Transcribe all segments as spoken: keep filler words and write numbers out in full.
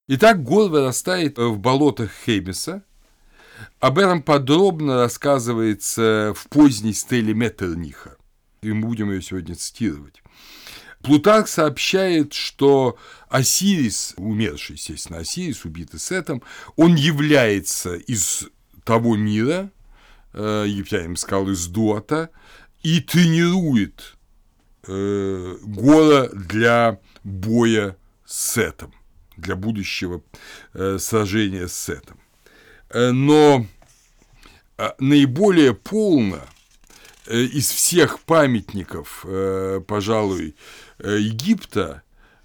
Итак, Гор вырастает в болотах Хемиса. Об этом подробно рассказывается в поздней стеле Меттерниха, и мы будем ее сегодня цитировать. Плутарх сообщает, что Осирис, умерший, естественно, Осирис, убитый Сетом, он является из того мира, египтянин сказал, из Дуата, и тренирует э, Гора для боя с Сетом, для будущего э, сражения с Сетом. Но наиболее полно из всех памятников, пожалуй, Египта,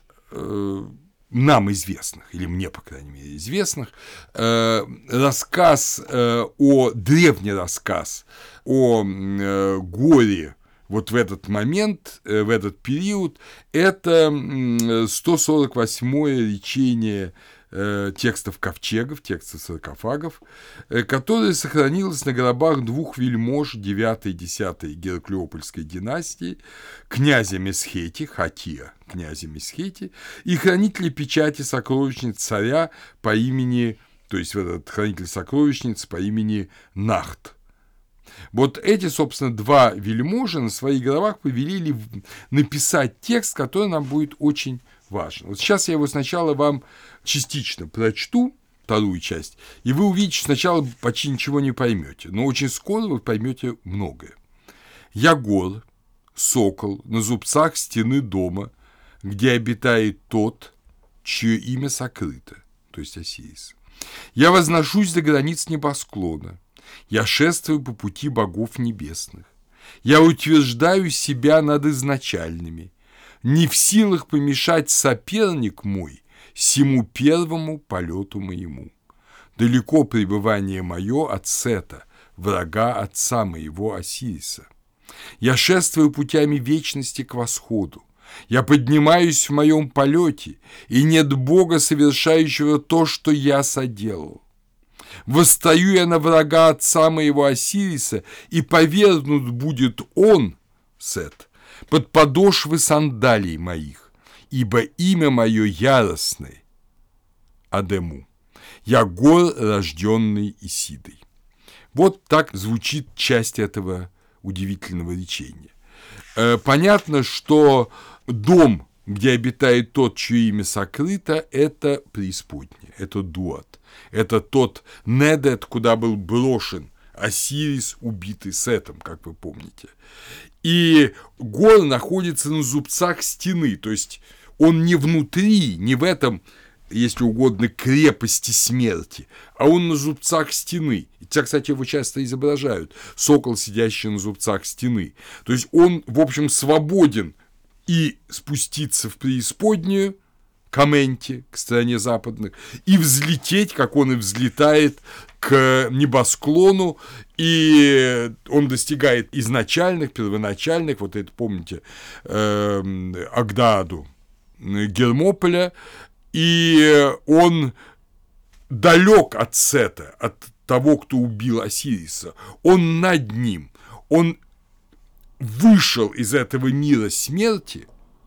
нам известных, или мне, по крайней мере, известных, рассказ о, древний рассказ о горе вот в этот момент, в этот период, это сто сорок восьмое речение текстов ковчегов, текстов саркофагов, которое сохранилось на гробах двух вельмож девятой и десятой Гераклеопольской династии, князя Месхети, Хатия, князя Месхети, и хранителя печати сокровищниц царя по имени, то есть этот хранитель сокровищниц по имени Нахт. Вот эти, собственно, два вельможи на своих гробах повелели написать текст, который нам будет очень важен. Вот сейчас я его сначала вам частично прочту, вторую часть, и вы увидите, что сначала почти ничего не поймете, но очень скоро вы поймете многое. «Я Гор, сокол, на зубцах стены дома, где обитает тот, чье имя сокрыто», то есть Осирис. «Я возношусь до границ небосклона, я шествую по пути богов небесных, я утверждаю себя над изначальными, не в силах помешать соперник мой сему первому полету моему. Далеко пребывание мое от Сета, врага отца моего Осириса. Я шествую путями вечности к восходу. Я поднимаюсь в моем полете, и нет Бога, совершающего то, что я соделал. Восстаю я на врага отца моего Осириса, и повергнут будет он, Сет, под подошвы сандалий моих, ибо имя мое яростное Адему. Я Гор, рожденный Исидой». Вот так звучит часть этого удивительного речения. Понятно, что дом, где обитает тот, чье имя сокрыто, это преисподняя, это Дуат, это тот Недет, куда был брошен Осирис, убитый Сетом, как вы помните. И Гор находится на зубцах стены, то есть он не внутри, не в этом, если угодно, крепости смерти, а он на зубцах стены. И, кстати, его часто изображают, сокол, сидящий на зубцах стены. То есть он, в общем, свободен и спуститься в преисподнюю, к Аменте, к стране западных, и взлететь, как он и взлетает, к небосклону, и он достигает изначальных, первоначальных, вот это, помните, э, Агдаду, Гермополя, и он далек от Сета, от того, кто убил Осириса, он над ним, он вышел из этого мира смерти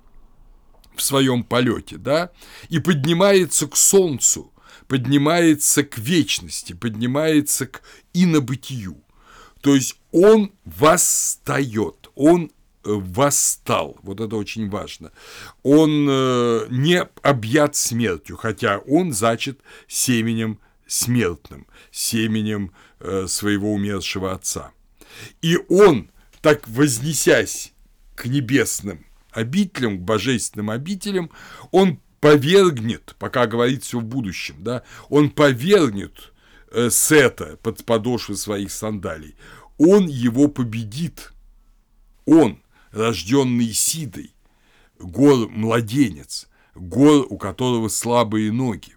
в своем полете, да, и поднимается к солнцу, поднимается к вечности, поднимается к инобытию. То есть он восстает, он восстал, вот это очень важно. Он не объят смертью, хотя он зачат семенем смертным, семенем своего умершего отца. И он, так вознесясь к небесным обителям, к божественным обителям, он повергнет, пока говорит все в будущем, да, он повергнет э, Сета под подошвы своих сандалий, он его победит, он, рожденный Исидой, Гор младенец, Гор, у которого слабые ноги.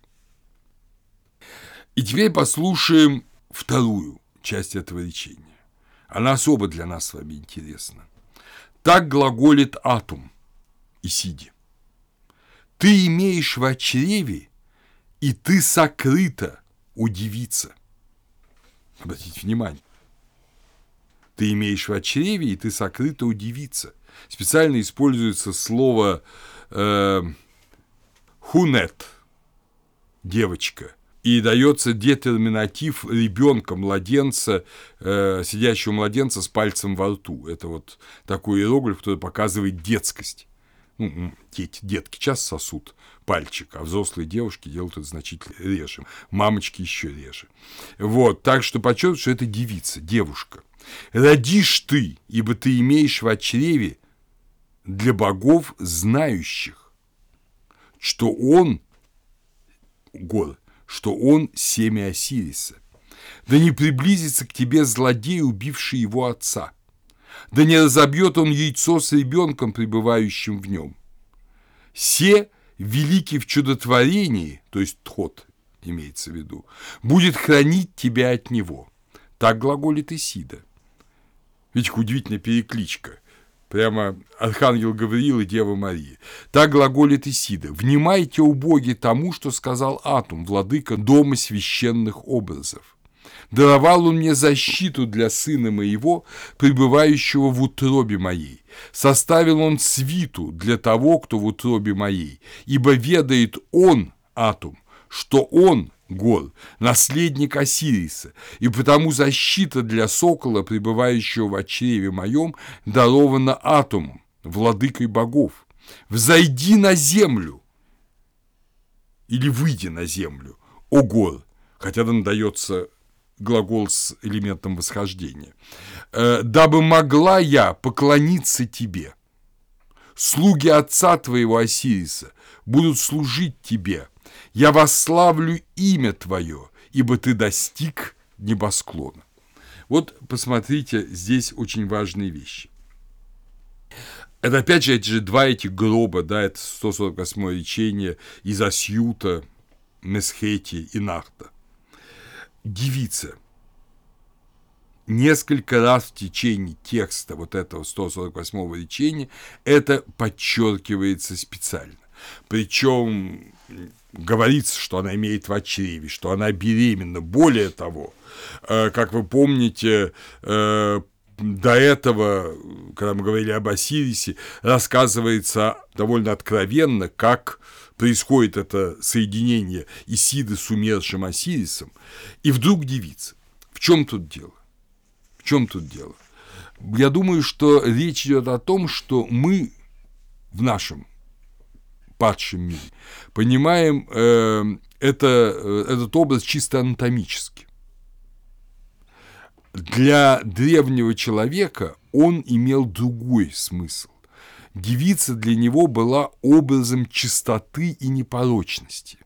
И теперь послушаем вторую часть этого речения. Она особо для нас с вами интересна. Так глаголит Атум Исиде: «Ты имеешь в чреве, и ты сокрыта, у девица». Обратите внимание. Ты имеешь в чреве, и ты сокрыта, у девица. Специально используется слово э, хунет, девочка. И дается детерминатив ребенка, младенца, э, сидящего младенца с пальцем во рту. Это вот такой иероглиф, который показывает детскость. Ну, дети, детки часто сосут пальчик, а взрослые девушки делают это значительно реже. Мамочки еще реже. Вот, так что подчеркиваю, что это девица, девушка. «Родишь ты, ибо ты имеешь в чреве для богов знающих, что он, гор, что он семя Осириса. Да не приблизится к тебе злодей, убивший его отца. Да не разобьет он яйцо с ребенком, пребывающим в нем. Се, великий в чудотворении, то есть Тхот имеется в виду, будет хранить тебя от него». Так глаголит Исида. Видите, удивительная перекличка. Прямо Архангел Гавриил и Дева Мария. Так глаголит Исида. «Внимайте, о боги, тому, что сказал Атум, владыка дома священных образов. Даровал он мне защиту для сына моего, пребывающего в утробе моей. Составил он свиту для того, кто в утробе моей. Ибо ведает он, Атум, что он, Гор, наследник Осириса, и потому защита для сокола, пребывающего в чреве моем, дарована Атумом, владыкой богов. Взойди на землю, или выйди на землю, о Гор, хотя там дается глагол с элементом восхождения, дабы могла я поклониться тебе. Слуги отца твоего Осириса будут служить тебе. Я восславлю имя твое, ибо ты достиг небосклона. Вот посмотрите, здесь очень важные вещи. Это опять же эти же два эти гроба, да, это сто сорок восьмое речение из Асьюта, Месхети и Нахта. Девица. Несколько раз в течение текста вот этого сто сорок восьмого речения это подчеркивается специально. Причем говорится, что она имеет в чреве, что она беременна. Более того, как вы помните, до этого, когда мы говорили об Осирисе, рассказывается довольно откровенно, как происходит это соединение Исиды с умершим Осирисом, и вдруг девица. В чем тут дело? В чем тут дело? Я думаю, что речь идет о том, что мы в нашем падшем мире понимаем э, это, э, этот образ чисто анатомически. Для древнего человека он имел другой смысл. Девица для него была образом чистоты и непорочности.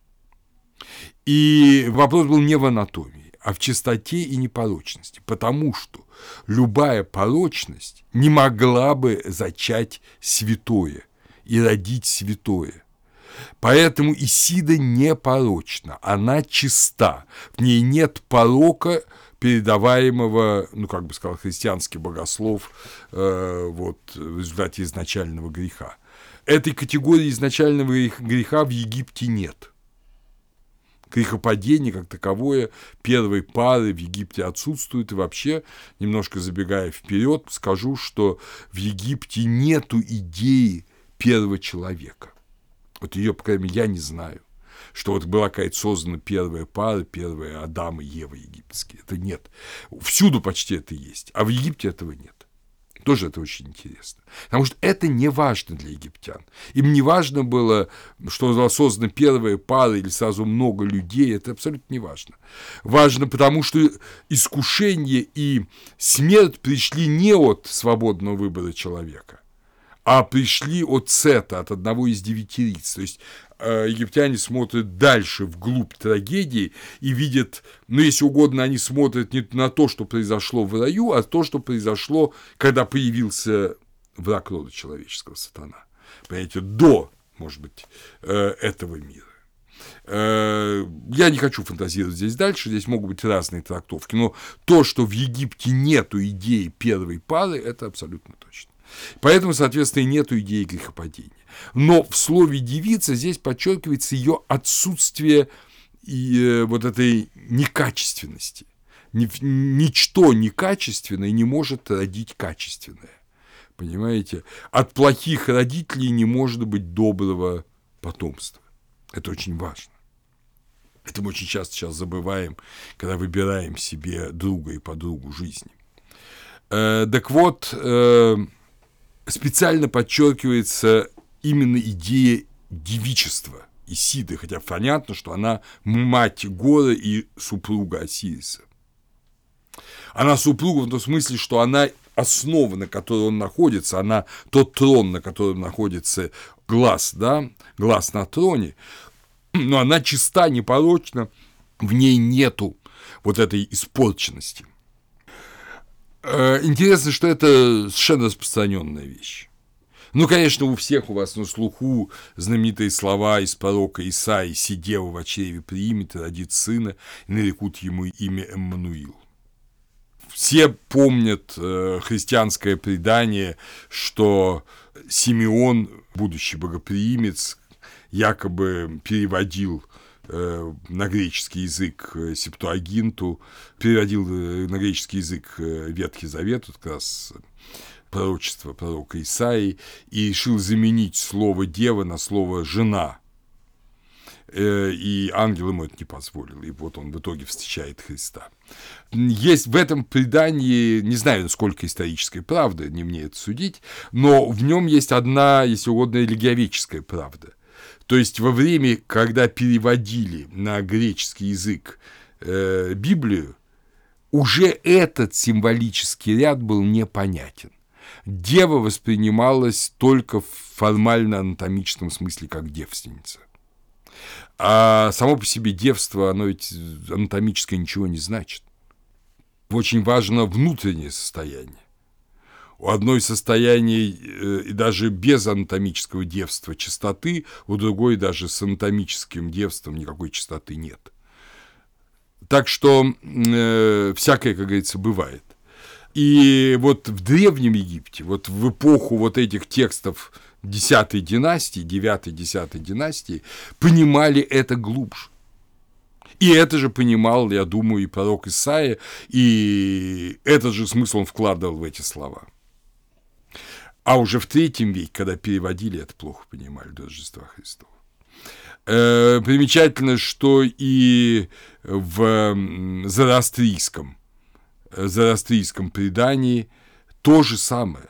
И вопрос был не в анатомии, а в чистоте и непорочности, потому что любая порочность не могла бы зачать святое и родить святое. Поэтому Исида непорочна, она чиста, в ней нет порока, передаваемого, ну, как бы сказал христианский богослов, э, вот, в результате изначального греха. Этой категории изначального греха в Египте нет. Грехопадение как таковое первой пары в Египте отсутствует, и вообще, немножко забегая вперед, скажу, что в Египте нету идеи первого человека. Вот ее, по крайней мере, я не знаю, что вот была какая-то создана первая пара, первая Адам и Ева египетские. Это нет. Всюду почти это есть, а в Египте этого нет. Тоже это очень интересно. Потому что это не важно для египтян. Им не важно было, что была создана первая пара или сразу много людей. Это абсолютно не важно. Важно, потому что искушение и смерть пришли не от свободного выбора человека, а пришли от Сета, от одного из девяти лиц. То есть э, египтяне смотрят дальше, вглубь трагедии, и видят, ну, если угодно, они смотрят не на то, что произошло в раю, а то, что произошло, когда появился враг рода человеческого, сатана. Понимаете, до, может быть, э, этого мира. Э, я не хочу фантазировать здесь дальше, здесь могут быть разные трактовки, но то, что в Египте нету идеи первой пары, это абсолютно точно. Поэтому, соответственно, и нет идеи грехопадения. Но в слове «девица» здесь подчеркивается ее отсутствие и, э, вот этой некачественности. Ничто некачественное не может родить качественное. Понимаете? От плохих родителей не может быть доброго потомства. Это очень важно. Это мы очень часто сейчас забываем, когда выбираем себе друга и подругу жизни. Э, так вот, э, специально подчеркивается именно идея девичества Исиды, хотя понятно, что она мать Гора и супруга Осириса. Она супруга в том смысле, что она основа, на которой он находится, она тот трон, на котором находится глаз, да, глаз на троне, но она чиста, непорочна, в ней нету вот этой испорченности. Интересно, что это совершенно распространенная вещь. Ну, конечно, у всех у вас на слуху знаменитые слова из пророка Исаии: «Си дева в чреве примет и родит сына, и нарекут ему имя Эммануил». Все помнят э, христианское предание, что Симеон, будущий богоприимец, якобы переводил э, на греческий язык Септуагинту, переводил на греческий язык Ветхий Завет, вот как раз пророчество пророка Исаии, и решил заменить слово «дева» на слово «жена». И ангел ему это не позволил, и вот он в итоге встречает Христа. Есть в этом предании, не знаю, сколько исторической правды, не мне это судить, но в нем есть одна, если угодно, религиоведческая правда. То есть во время, когда переводили на греческий язык э, Библию, уже этот символический ряд был непонятен. Дева воспринималась только в формально-анатомическом смысле как девственница. А само по себе девство, оно ведь анатомическое ничего не значит. Очень важно внутреннее состояние. У одной состояний и даже без анатомического девства чистоты, у другой даже с анатомическим девством никакой чистоты нет. Так что э, всякое, как говорится, бывает. И вот в Древнем Египте, вот в эпоху вот этих текстов десятой династии, девятой-десятой династии, понимали это глубже. И это же понимал, я думаю, и пророк Исаия, и этот же смысл он вкладывал в эти слова. А уже в третьем веке, когда переводили, это плохо понимали до Рождества Христова. Э, примечательно, что и в зороастрийском, зороастрийском предании то же самое.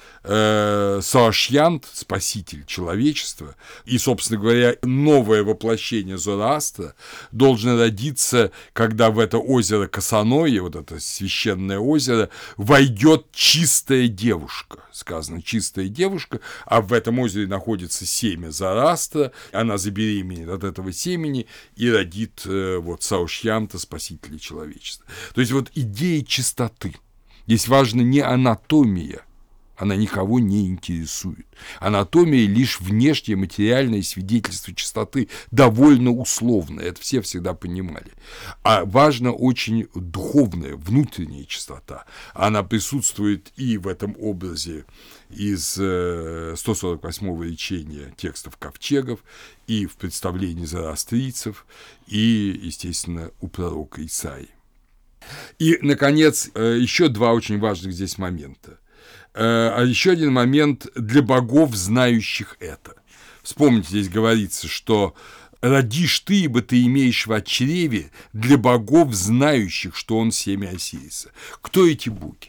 Саошьянт, спаситель человечества, и, собственно говоря, новое воплощение Зороастра должно родиться, когда в это озеро Касаное, вот это священное озеро, войдет чистая девушка. Сказано чистая девушка, а в этом озере находится семя Зороастра, она забеременеет от этого семени и родит вот Саошьянта, спасителя человечества. То есть вот идея чистоты. Здесь важна не анатомия, она никого не интересует. Анатомия — лишь внешнее материальное свидетельство чистоты, довольно условное, это все всегда понимали. А важна очень духовная, внутренняя чистота. Она присутствует и в этом образе из сто сорок восьмого речения текстов ковчегов, и в представлении зороастрийцев, и, естественно, у пророка Исаии. И, наконец, еще два очень важных здесь момента. А еще один момент для богов, знающих это. Вспомните, здесь говорится, что «родишь ты, ибо ты имеешь в чреве для богов, знающих, что он семя Осириса». Кто эти боги?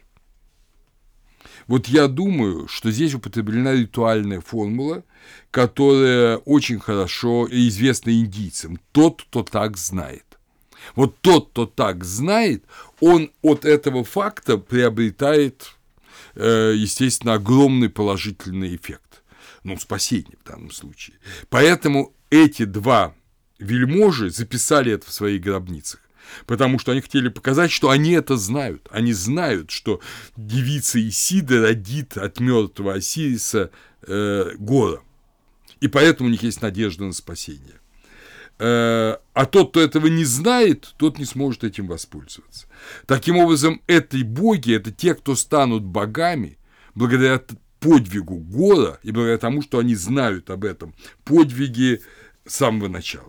Вот я думаю, что здесь употреблена ритуальная формула, которая очень хорошо известна индийцам. Тот, кто так знает. Вот тот, кто так знает, он от этого факта приобретает, естественно, огромный положительный эффект. Ну, спасение в данном случае. Поэтому эти два вельможи записали это в своих гробницах. Потому что они хотели показать, что они это знают. Они знают, что девица Исида родит от мертвого Осириса э, Гора. И поэтому у них есть надежда на спасение. Э, а тот, кто этого не знает, тот не сможет этим воспользоваться. Таким образом, эти боги, это те, кто станут богами благодаря подвигу Гора и благодаря тому, что они знают об этом подвиге с самого начала.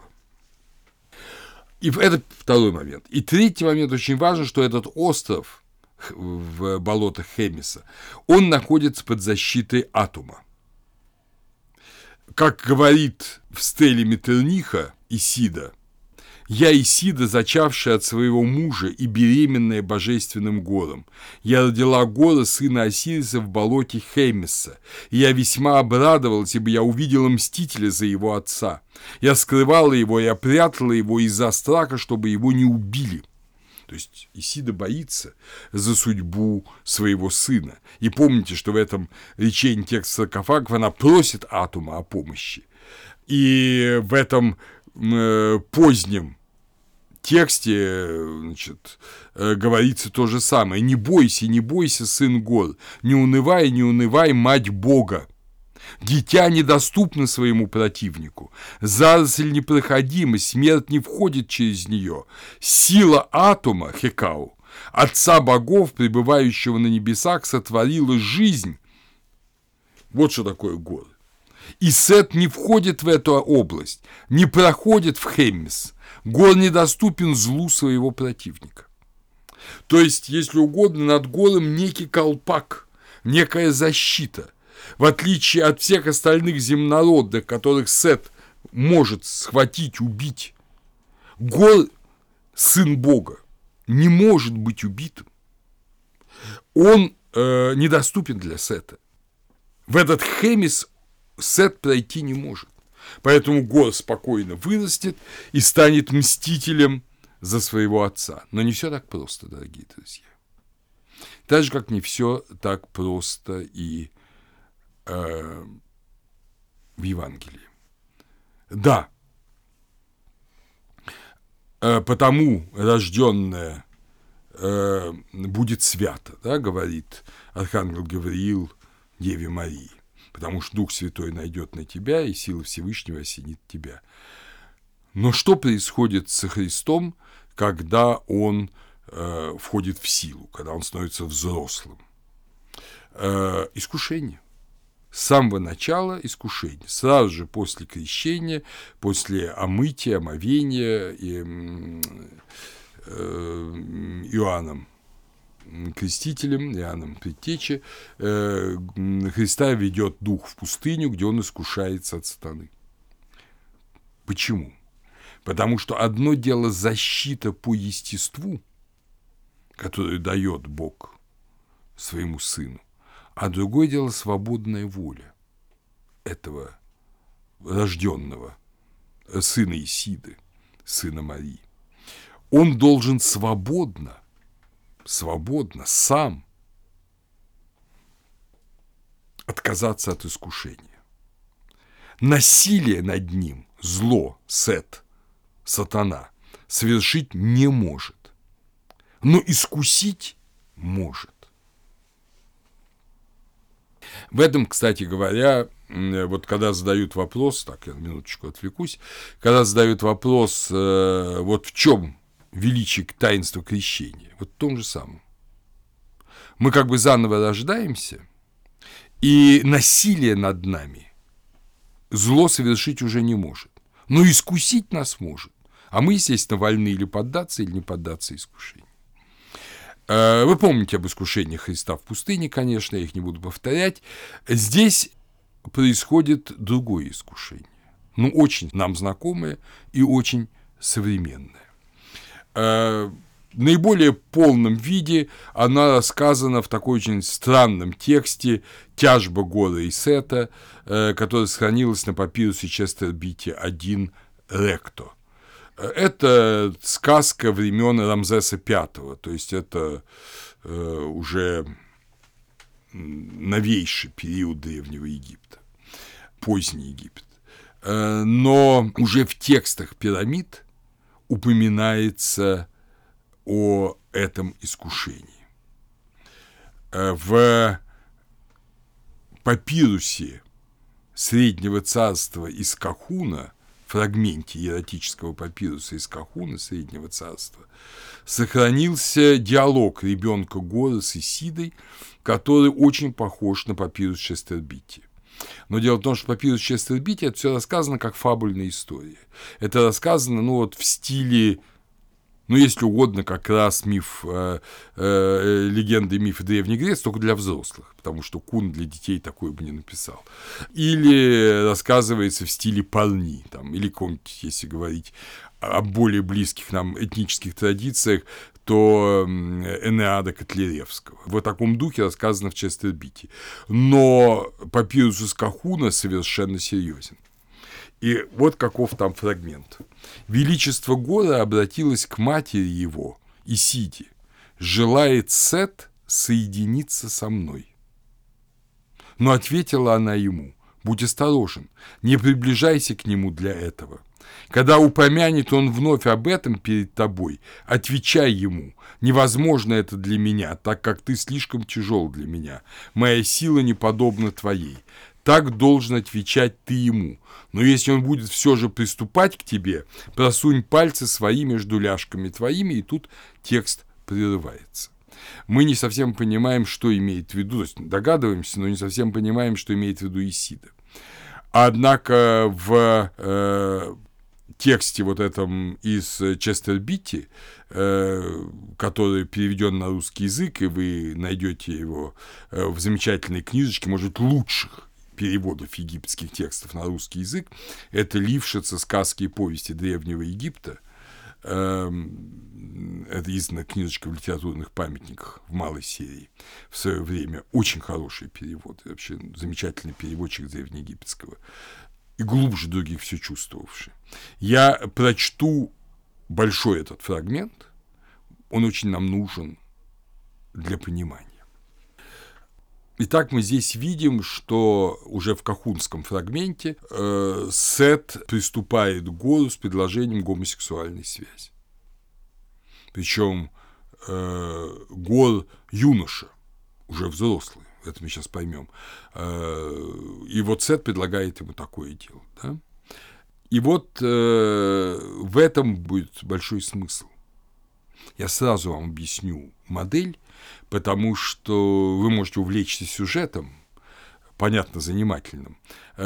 И это второй момент. И третий момент очень важен, что этот остров в болотах Хемиса, он находится под защитой Атума. Как говорит в стеле Меттерниха Исида, Я Исида, зачавшая от своего мужа и беременная божественным гором. Я родила Гора, сына Осириса, в болоте Хемиса. И я весьма обрадовалась, ибо я увидела мстителя за его отца. Я скрывала его, я прятала его из-за страха, чтобы его не убили. То есть Исида боится за судьбу своего сына. И помните, что в этом речении текста саркофагов она просит Атума о помощи. И в этом э, позднем тексте, значит, э, говорится то же самое. «Не бойся, не бойся, сын Гор, не унывай, не унывай, мать Бога. Дитя недоступно своему противнику, заросль непроходима, смерть не входит через нее. Сила Атума, Хекау, отца богов, пребывающего на небесах, сотворила жизнь». Вот что такое Гор. И Сет не входит в эту область, не проходит в Хемис. Гор недоступен злу своего противника. То есть, если угодно, над Гором некий колпак, некая защита. В отличие от всех остальных земнородных, которых Сет может схватить, убить, Гор, сын Бога, не может быть убитым. Он э, недоступен для Сета. В этот Хемис Сет пройти не может. Поэтому Гор спокойно вырастет и станет мстителем за своего отца. Но не все так просто, дорогие друзья. Так же, как не все так просто и э, в Евангелии. Да, э, потому рожденное э, будет свято, да, говорит архангел Гавриил Деве Марии. Потому что Дух Святой найдет на тебя, и сила Всевышнего осенит тебя. Но что происходит со Христом, когда Он э, входит в силу, когда Он становится взрослым? Э, искушение. С самого начала искушение. Сразу же после крещения, после омытия, омовения и, э, Иоанном Крестителем, Иоанном Предтечей, э, Христа ведет Дух в пустыню, где он искушается от сатаны. Почему? Потому что одно дело защита по естеству, которую дает Бог своему Сыну, а другое дело свободная воля этого рожденного сына Исиды, сына Марии. Он должен свободно свободно, сам отказаться от искушения. Насилие над ним, зло, Сет, сатана, совершить не может, но искусить может. В этом, кстати говоря, вот когда задают вопрос, так, я на минуточку отвлекусь, когда задают вопрос, вот в чем величие таинства крещения, вот в том же самом. Мы как бы заново рождаемся, и насилие над нами зло совершить уже не может, но искусить нас может. А мы, естественно, вольны или поддаться, или не поддаться искушению. Вы помните об искушениях Христа в пустыне, конечно, я их не буду повторять. Здесь происходит другое искушение, ну, очень нам знакомое и очень современное. В наиболее полном виде она рассказана в такой очень странном тексте «Тяжба Гора и Сета», которая сохранилась на папирусе Честер-Бити один ректо. Это сказка времен Рамзеса Пятого, то есть это уже новейший период Древнего Египта, поздний Египет. Но уже в текстах пирамид упоминается о этом искушении. В папирусе Среднего царства из Кахуна, фрагменте иеротического папируса из Кахуна Среднего царства, сохранился диалог ребенка Гора с Исидой, который очень похож на папирус Честер-Бити. Но дело в том, что папирус Честер-Бити это все рассказано как фабульная история. Это рассказано, ну, вот в стиле Ну, если угодно, как раз миф, э, э, легенды и мифы Древней Греции, только для взрослых, потому что Кун для детей такое бы не написал. Или рассказывается в стиле парни, там, или каком-нибудь, если говорить о более близких нам этнических традициях, то Энеада Котляревского. В таком духе рассказано в Честербите. Но папирус из Кахуна совершенно серьезен. И вот каков там фрагмент. «Величество гора обратилось к матери его, Исиде. Желает Сет соединиться со мной. Но ответила она ему: будь осторожен, не приближайся к нему для этого. Когда упомянет он вновь об этом перед тобой, отвечай ему: невозможно это для меня, так как ты слишком тяжел для меня, моя сила не подобна твоей. Так должен отвечать ты ему. Но если он будет все же приступать к тебе, просунь пальцы свои между ляжками твоими», и тут текст прерывается. Мы не совсем понимаем, что имеет в виду, то есть догадываемся, но не совсем понимаем, что имеет в виду Исида. Однако в э, тексте вот этом из Честербити, э, который переведен на русский язык, и вы найдете его э, в замечательной книжечке, может, лучших переводов египетских текстов на русский язык, это Лившица «Сказки и повести Древнего Египта». Это издана книжечка в литературных памятниках в малой серии в свое время. Очень хороший перевод, вообще замечательный переводчик древнеегипетского и глубже других все чувствовавший. Я прочту большой этот фрагмент, он очень нам нужен для понимания. Итак, мы здесь видим, что уже в кахунском фрагменте э, Сет приступает к гору с предложением гомосексуальной связи. Причем э, Гор юноша, уже взрослый, это мы сейчас поймем. Э, и вот Сет предлагает ему такое дело. Да? И вот э, в этом будет большой смысл. Я сразу вам объясню модель, потому что вы можете увлечься сюжетом, понятно, занимательным,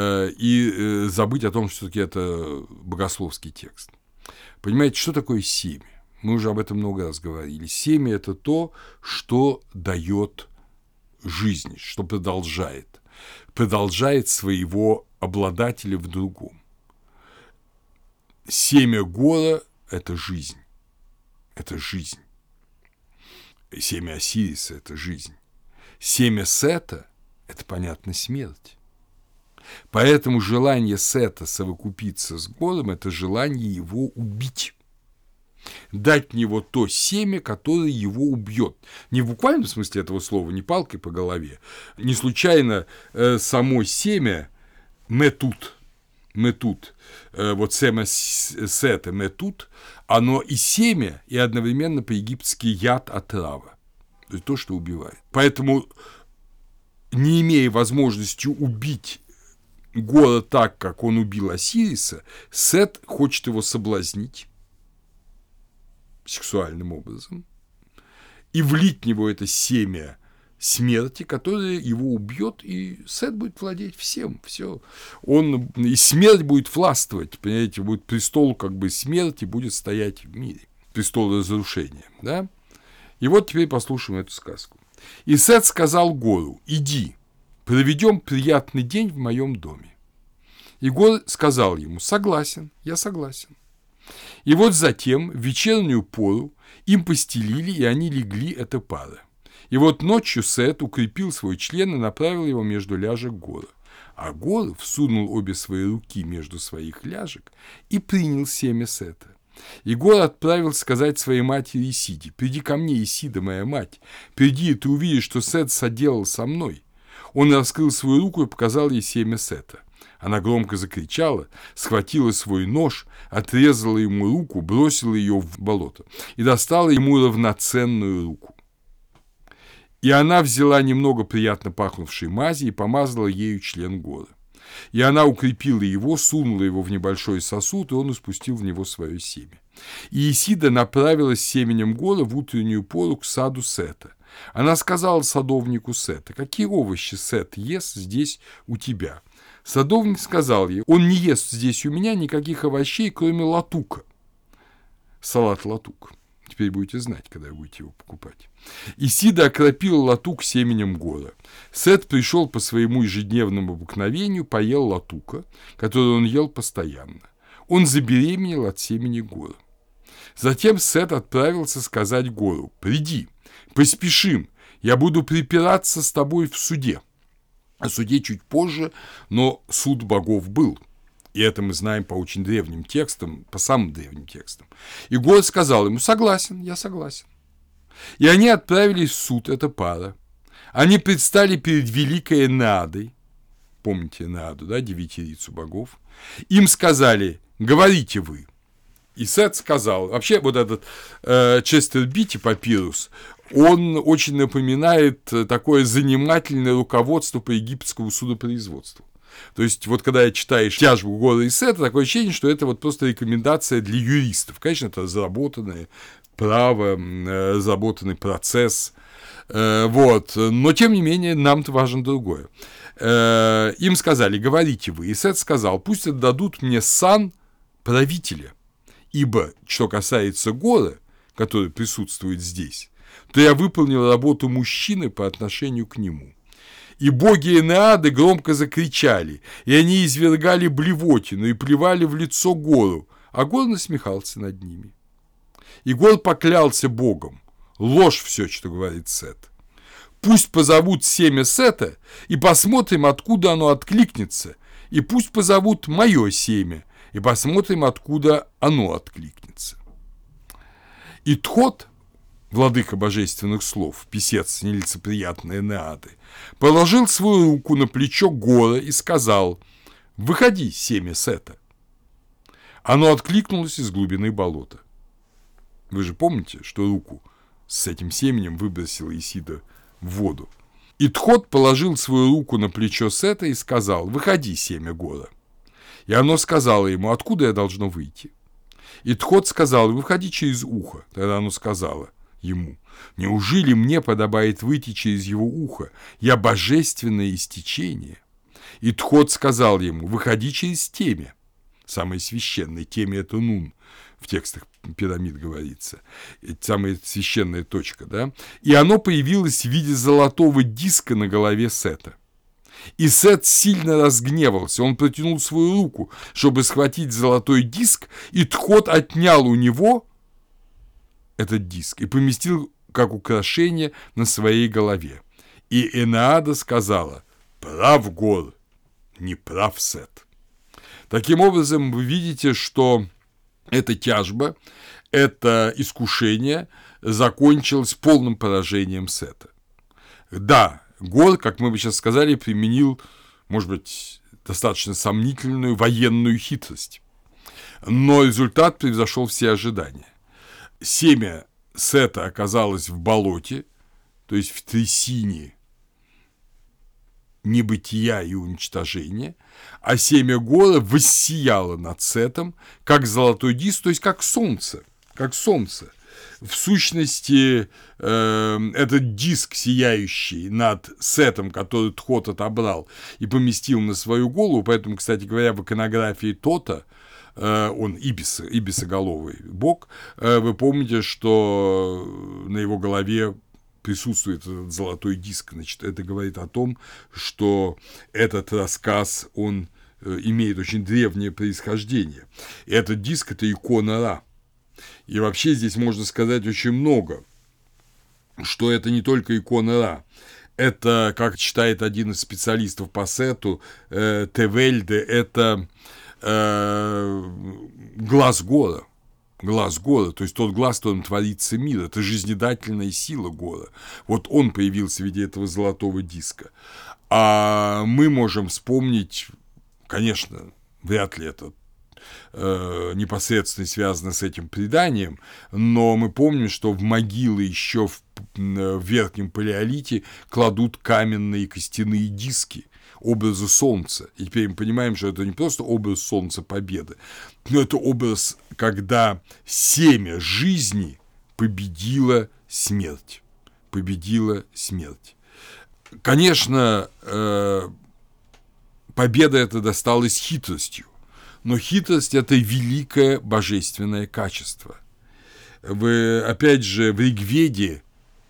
и забыть о том, что все-таки это богословский текст. Понимаете, что такое семя? Мы уже об этом много раз говорили. Семя – это то, что дает жизнь, что продолжает, продолжает своего обладателя в другом. Семя гора – это жизнь. Это жизнь. Семя Осириса – это жизнь. Семя Сета – это, понятно, смерть. Поэтому желание Сета совокупиться с Гором – это желание его убить. Дать в него то семя, которое его убьет. Не в буквальном смысле этого слова, не палкой по голове. Не случайно э, само семя метут, метут, э, вот семя Сета метут, оно и семя, и одновременно по-египетски яд, отрава. То есть то, что убивает. Поэтому, не имея возможности убить Гора так, как он убил Осириса, Сет хочет его соблазнить сексуальным образом и влить в него это семя смерти, которое его убьет, и Сет будет владеть всем, все. Он, и смерть будет властвовать, понимаете, будет престол как бы смерти, будет стоять в мире, престол разрушения, да? И вот теперь послушаем эту сказку. «И Сет сказал Гору: иди, проведем приятный день в моем доме. И Гор сказал ему: согласен, я согласен. И вот затем в вечернюю пору им постелили, и они легли, эта пара. И вот ночью Сет укрепил свой член и направил его между ляжек Гора. А Гор всунул обе свои руки между своих ляжек и принял семя Сета. И Гор отправил сказать своей матери Исиде: приди ко мне, Исида, моя мать, приди, и ты увидишь, что Сет соделал со мной. Он раскрыл свою руку и показал ей семя Сета. Она громко закричала, схватила свой нож, отрезала ему руку, бросила ее в болото и достала ему равноценную руку. И она взяла немного приятно пахнувшей мази и помазала ею член Гора. И она укрепила его, сунула его в небольшой сосуд, и он испустил в него свое семя. И Исида направилась с семенем Гора в утреннюю пору к саду Сета. Она сказала садовнику Сета: какие овощи Сет ест здесь у тебя? Садовник сказал ей: он не ест здесь у меня никаких овощей, кроме латука. Салат латук. Теперь будете знать, когда будете его покупать. Исида окропила латук семенем гора. Сет пришел по своему ежедневному обыкновению, поел латука, который он ел постоянно. Он забеременел от семени гора. Затем Сет отправился сказать гору: «Приди, поспешим, я буду припираться с тобой в суде». О суде чуть позже, но суд богов был. И это мы знаем по очень древним текстам, по самым древним текстам. И Гор сказал ему: «Согласен, я согласен». И они отправились в суд, эта пара. Они предстали перед великой Энеадой. Помните Энеаду, да, девятирицу богов? Им сказали: «Говорите вы». И Сет сказал, вообще вот этот э, Честер Бити папирус, он очень напоминает такое занимательное руководство по египетскому судопроизводству. То есть, вот когда читаешь тяжбу Гора и Сета, такое ощущение, что это вот просто рекомендация для юристов. Конечно, это разработанное право, разработанный процесс, вот. Но, тем не менее, нам-то важно другое. Им сказали: «Говорите вы». И Сет сказал: «Пусть отдадут мне сан правителя, ибо, что касается Гора, который присутствует здесь, то я выполнил работу мужчины по отношению к нему». И боги Энеады громко закричали, и они извергали блевотину и плевали в лицо Гору, а Гор насмехался над ними. И Гор поклялся богом: ложь все, что говорит Сет. Пусть позовут семя Сета, и посмотрим, откуда оно откликнется, и пусть позовут мое семя, и посмотрим, откуда оно откликнется. И Тхот, владыка божественных слов, писец нелицеприятной Энеады, положил свою руку на плечо Гора и сказал: «Выходи, семя Сета». Оно откликнулось из глубины болота. Вы же помните, что руку с этим семенем выбросила Исида в воду. И Тхот положил свою руку на плечо Сета и сказал: «Выходи, семя Гора». И оно сказало ему: «Откуда я должно выйти?» И Тхот сказал: «Выходи через ухо». Тогда оно сказало ему: «Неужели мне подобает выйти через его ухо? Я божественное истечение». И Тхот сказал ему: «Выходи через темя». Самое священное темя – это Нун, в текстах пирамид говорится. Это самая священная точка, да? И оно появилось в виде золотого диска на голове Сета. И Сет сильно разгневался. Он протянул свою руку, чтобы схватить золотой диск, и Тхот отнял у него этот диск и поместил как украшение на своей голове. И Энеада сказала: «Прав Гор, не прав Сет». Таким образом, вы видите, что эта тяжба, это искушение закончилось полным поражением Сета. Да, Гор, как мы бы сейчас сказали, применил, может быть, достаточно сомнительную военную хитрость, но результат превзошел все ожидания. Семя Сета оказалось в болоте, то есть в трясине небытия и уничтожения, а семя Гора воссияло над Сетом, как золотой диск, то есть как солнце, как солнце. В сущности, э, этот диск, сияющий над Сетом, который Тхот отобрал и поместил на свою голову, поэтому, кстати говоря, в иконографии Тота, э, он ибиса, ибисоголовый бог, э, вы помните, что на его голове присутствует этот золотой диск. Значит, это говорит о том, что этот рассказ, он имеет очень древнее происхождение. И этот диск – это икона Ра. И вообще здесь можно сказать очень много, что это не только икона Ра. Это, как читает один из специалистов по Сету, э, Тевельде, это э, глаз Гора. Глаз Гора, то есть тот глаз, которым творится мир, это жизнедательная сила Гора. Вот он появился в виде этого золотого диска. А мы можем вспомнить, конечно, вряд ли это э, непосредственно связано с этим преданием, но мы помним, что в могилы еще в, в Верхнем Палеолите кладут каменные костяные диски, образу солнца. И теперь мы понимаем, что это не просто образ солнца победы, но это образ, когда семя жизни победило смерть. Победила смерть. Конечно, победа эта досталась хитростью, но хитрость – это великое божественное качество. Вы, опять же, в Ригведе,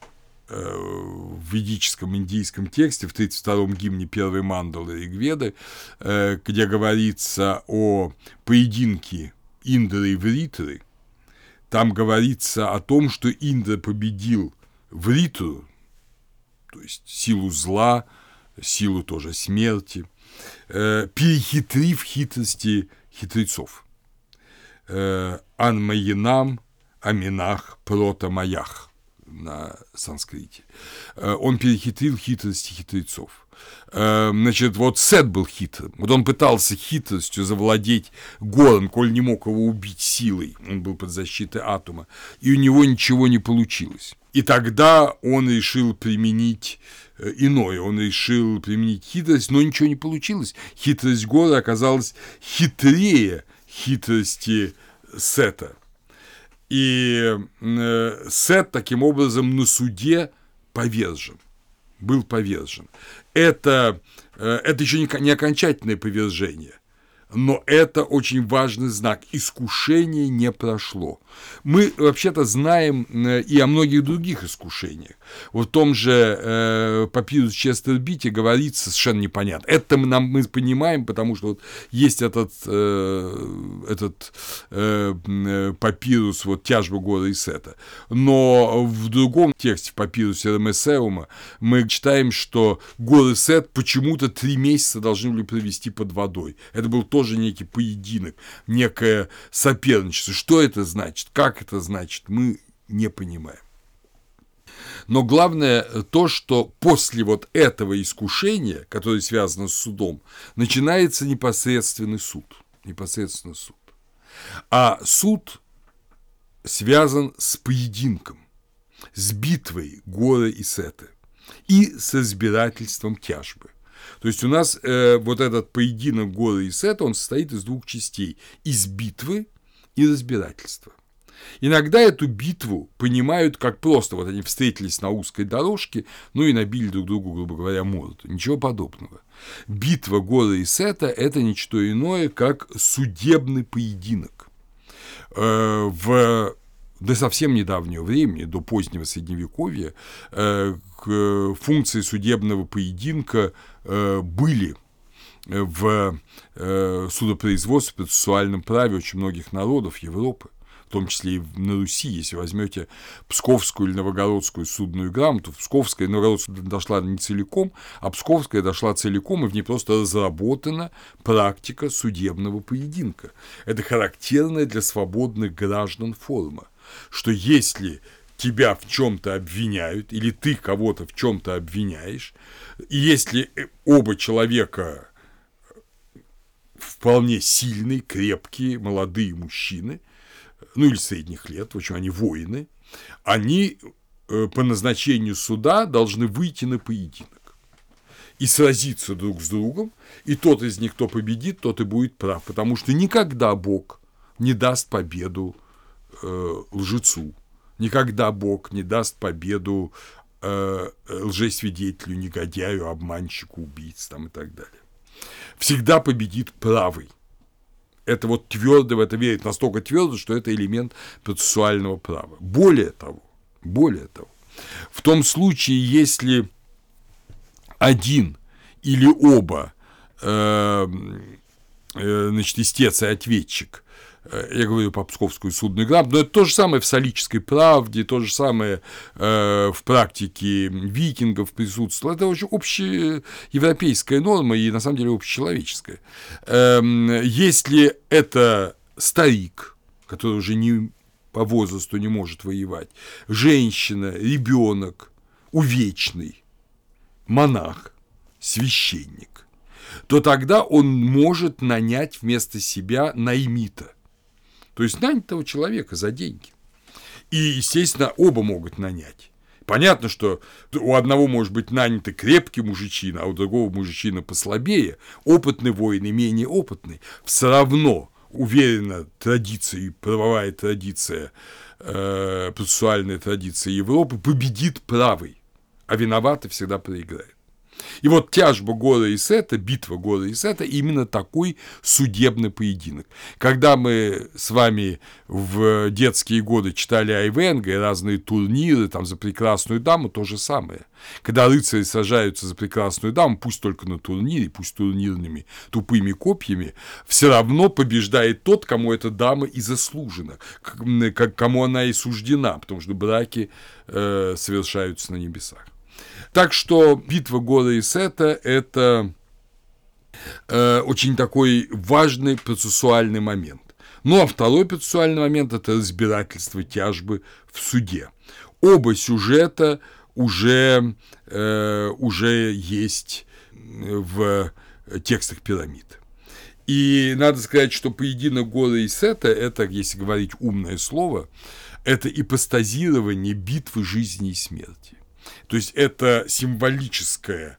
в ведическом индийском тексте, в тридцать втором гимне первой мандалы Ригведы, где говорится о поединке Индры и Вритры, там говорится о том, что Индра победил Вритру, то есть силу зла, силу тоже смерти, перехитрив хитрости хитрецов. Анмаянам, Аминах, Протамаях на санскрите. Он перехитрил хитрости хитрецов. Значит, вот Сет был хитрым. Вот он пытался хитростью завладеть гором, коль не мог его убить силой. Он был под защитой Атума. И у него ничего не получилось. И тогда он решил применить иное. Он решил применить хитрость, но ничего не получилось. Хитрость гора оказалась хитрее хитрости Сета. И Сет таким образом на суде повержен. Был повержен. Это, это еще не окончательное повержение, но это очень важный знак. Искушение не прошло. Мы вообще-то знаем и о многих других искушениях. Вот в том же э, папирус Честербите говорится совершенно непонятно. Это мы, нам, мы понимаем, потому что вот есть этот, э, этот э, папирус, вот тяжба гора и Сета. Но в другом тексте, в папирусе Ремесеума, мы читаем, что гор и Сет почему-то три месяца должны были провести под водой. Это был тоже некий поединок, некое соперничество. Что это значит? Как это значит? Мы не понимаем. Но главное то, что после вот этого искушения, которое связано с судом, начинается непосредственный суд. Непосредственный суд. А суд связан с поединком, с битвой Гора и Сета и с разбирательством тяжбы. То есть у нас э, вот этот поединок Гора и Сета, он состоит из двух частей – из битвы и разбирательства. Иногда эту битву понимают как просто, вот они встретились на узкой дорожке, ну и набили друг другу, грубо говоря, морду. Ничего подобного. Битва Гора и Сета – это ничто иное, как судебный поединок. Э, в до совсем недавнего времени, до позднего Средневековья, э, функции судебного поединка э, были в э, судопроизводстве, в процессуальном праве очень многих народов Европы, в том числе и на Руси. Если возьмете Псковскую или Новгородскую судную грамоту, Псковская и Новгородская дошла не целиком, а Псковская дошла целиком, и в ней просто разработана практика судебного поединка. Это характерная для свободных граждан форма, что если тебя в чем-то обвиняют, или ты кого-то в чем-то обвиняешь, и если оба человека вполне сильные, крепкие, молодые мужчины, ну или средних лет, в общем, они воины, они по назначению суда должны выйти на поединок и сразиться друг с другом, и тот из них, кто победит, тот и будет прав, потому что никогда Бог не даст победу э, лжецу, никогда Бог не даст победу э, лжесвидетелю, негодяю, обманщику, убийце там, и так далее. Всегда победит правый. Это вот твердо в это верит, настолько твердо, что это элемент процессуального права. Более того, более того, в том случае, если один или оба, э, э, значит, истец и ответчик, э, я говорю по Псковскую судную грамоту, но это то же самое в солической правде, то же самое э, в практике викингов присутствовало. Это очень общеевропейская норма и, на самом деле, общечеловеческая. Э, если это старик, который уже не по возрасту не может воевать, женщина, ребенок, увечный, монах, священник, то тогда он может нанять вместо себя наймита, то есть нанятого человека за деньги. И, естественно, оба могут нанять. Понятно, что у одного может быть нанятый крепкий мужичина, а у другого мужичина послабее, опытный воин и менее опытный. Все равно уверена традиция, правовая традиция, э, процессуальная традиция Европы, победит правый, а виноватый всегда проиграет. И вот тяжба Гора и Сета, битва Гора и Сета, именно такой судебный поединок. Когда мы с вами в детские годы читали Айвенго и разные турниры там, за прекрасную даму, то же самое. Когда рыцари сражаются за прекрасную даму, пусть только на турнире, пусть турнирными тупыми копьями, все равно побеждает тот, кому эта дама и заслужена, кому она и суждена, потому что браки э, совершаются на небесах. Так что битва Гора и Сета – это э, очень такой важный процессуальный момент. Ну, а второй процессуальный момент – это разбирательство тяжбы в суде. Оба сюжета уже, э, уже есть в текстах пирамид. И надо сказать, что поединок Гора и Сета – это, если говорить умное слово, это ипостазирование битвы жизни и смерти. То есть это символическая,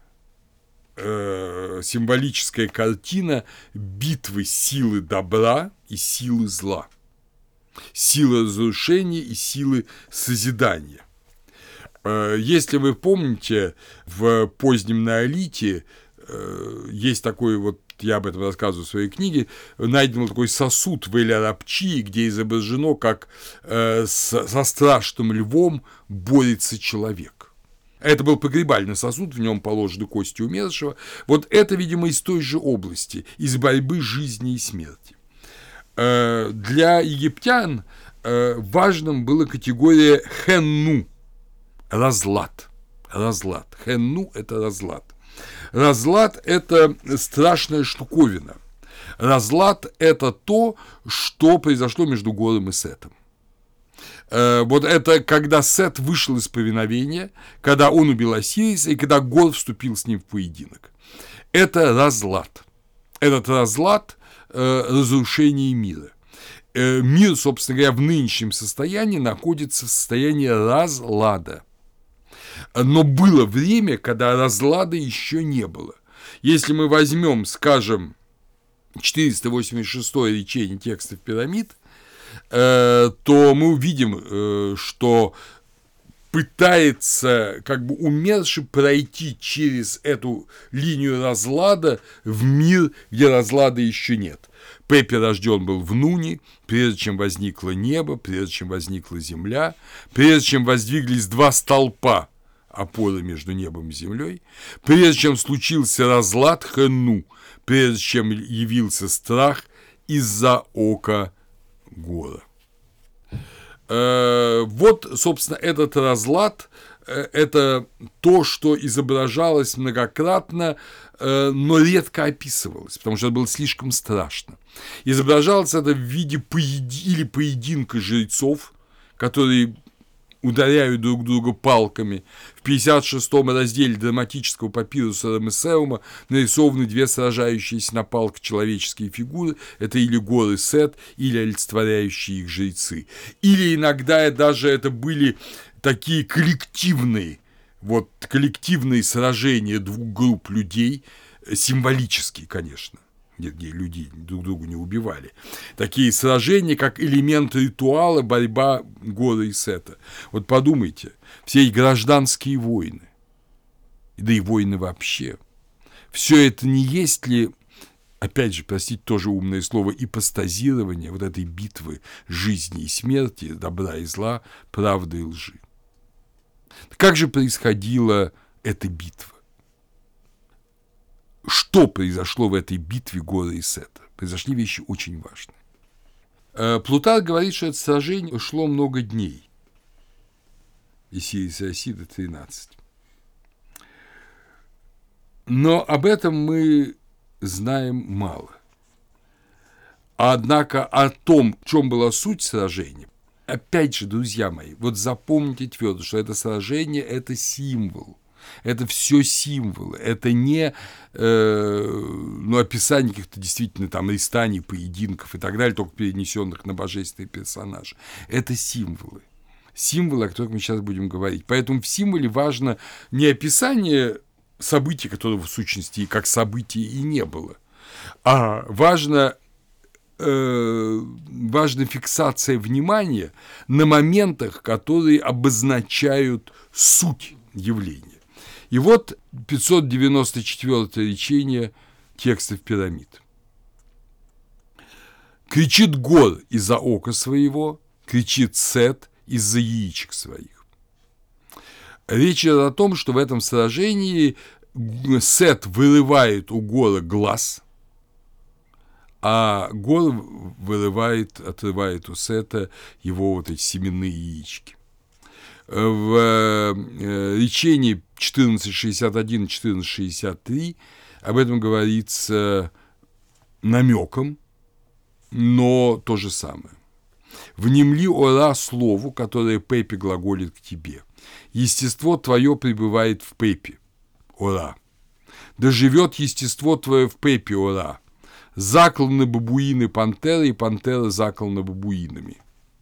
э, символическая картина битвы силы добра и силы зла, силы разрушения и силы созидания. Э, если вы помните, в позднем неолите э, есть такой вот, я об этом рассказываю в своей книге, найден такой сосуд в Эль-Арабчи, где изображено, как э, с, со страшным львом борется человек. Это был погребальный сосуд, в нем положены кости умершего. Вот это, видимо, из той же области, из борьбы жизни и смерти. Э, для египтян э, важным была категория хенну – разлад. Разлад. Хенну – это разлад. Разлад – это страшная штуковина. Разлад – это то, что произошло между Гором и Сетом. Э, вот это когда Сет вышел из повиновения, когда он убил Осириса и когда Гор вступил с ним в поединок. Это разлад. Этот разлад э, – разрушение мира. Э, мир, собственно говоря, в нынешнем состоянии находится в состоянии разлада. Но было время, когда разлада еще не было. Если мы возьмем, скажем, четыреста восемьдесят шестое речение текстов пирамид, э, то мы увидим, э, что пытается как бы умерший пройти через эту линию разлада в мир, где разлада еще нет. Пепе рожден был в Нуне, прежде чем возникло небо, прежде чем возникла земля, прежде чем воздвиглись два столпа, опоры между небом и землей, прежде чем случился разлад Хенну, прежде чем явился страх из-за ока Гора. Э, вот, собственно, этот разлад – это то, что изображалось многократно, э, но редко описывалось, потому что это было слишком страшно. Изображалось это в виде поеди- или поединка жрецов, которые ударяют друг друга палками. В пятьдесят шестом разделе драматического папируса Рамесеума нарисованы две сражающиеся на палках человеческие фигуры. Это или Гор и Сет, или олицетворяющие их жрецы. Или иногда даже это были такие коллективные, вот, коллективные сражения двух групп людей, символические, конечно, где люди друг друга не убивали. Такие сражения, как элемент ритуала, борьба Гора и Сета. Вот подумайте, все эти гражданские войны, да и войны вообще, все это не есть ли, опять же, простите, тоже умное слово, ипостазирование вот этой битвы жизни и смерти, добра и зла, правды и лжи? Как же происходила эта битва? Что произошло в этой битве Гора и Сета? Произошли вещи очень важные. Плутарх говорит, что это сражение шло много дней. Исирис и Осида тринадцать. Но об этом мы знаем мало. Однако о том, в чем была суть сражения, опять же, друзья мои, вот запомните твердо, что это сражение – это символ. Это все символы, это не э, ну, описание каких-то действительно там рестаний, поединков и так далее, только перенесенных на божественные персонажи. Это символы. Символы, о которых мы сейчас будем говорить. Поэтому в символе важно не описание событий, которого в сущности как события и не было, а важно, э, важна фиксация внимания на моментах, которые обозначают суть явления. И вот пятьсот девяносто четвёртое речение текстов пирамид. Кричит Гор из-за ока своего, кричит Сет из-за яичек своих. Речь идет о том, что в этом сражении Сет вырывает у Гора глаз, а Гор вырывает, отрывает у Сета его вот эти семенные яички. В речении четырнадцать шестьдесят один и четырнадцать шестьдесят три об этом говорится намеком, но то же самое. «Внемли, ора, слову, которое Пепе глаголит к тебе. Естество твое пребывает в Пепе, ора. Да живет естество твое в Пепе, ора. Закланы бабуины пантеры, и пантера заклана бабуинами».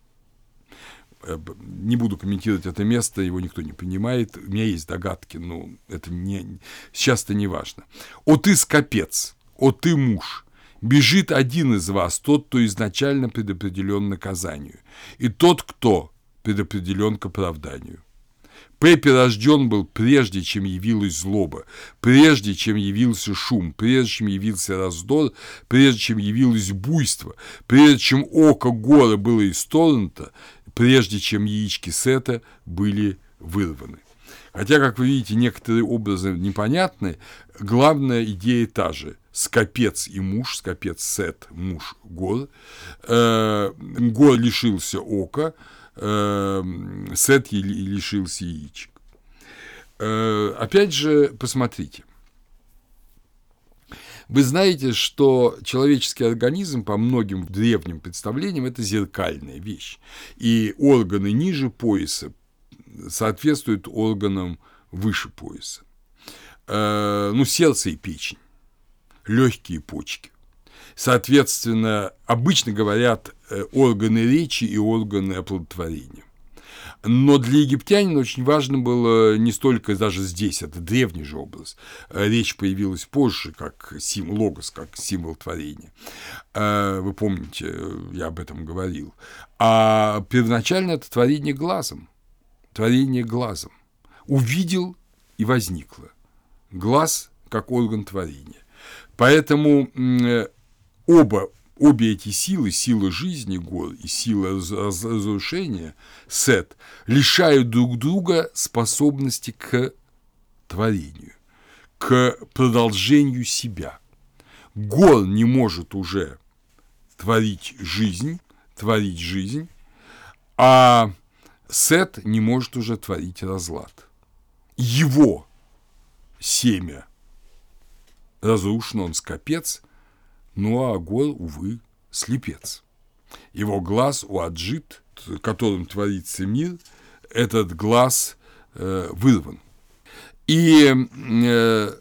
Не буду комментировать это место, его никто не понимает. У меня есть догадки, но это не, сейчас-то не важно. «О ты скопец, о ты муж, бежит один из вас, тот, кто изначально предопределен наказанию, и тот, кто предопределен к оправданию. Пепе рожден был прежде, чем явилась злоба, прежде, чем явился шум, прежде, чем явился раздор, прежде, чем явилось буйство, прежде, чем око Гора было исторгнуто, прежде, чем яички Сета были вырваны». Хотя, как вы видите, некоторые образы непонятны, главная идея та же. Скопец и муж, скопец Сет, муж Гор. Э, Гор лишился ока, э, Сет лишился яичек. Э, опять же, посмотрите. Вы знаете, что человеческий организм, по многим древним представлениям, это зеркальная вещь. И органы ниже пояса соответствуют органам выше пояса. Э, ну, сердце и печень, легкие, почки. Соответственно, обычно говорят органы речи и органы оплодотворения. Но для египтянина очень важно было не столько даже здесь, это древний же образ. Речь появилась позже, как символ, логос, как символ творения. Вы помните, я об этом говорил. А первоначально это творение глазом. Творение глазом. Увидел и возникло. Глаз как орган творения. Поэтому оба Обе эти силы, сила жизни Гор и сила разрушения Сет, лишают друг друга способности к творению, к продолжению себя. Гор не может уже творить жизнь, творить жизнь, а Сет не может уже творить разлад. Его семя разрушено, он скопец. Ну, а Гор, увы, слепец. Его глаз у Аджит, которым творится мир, этот глаз э, вырван. И э,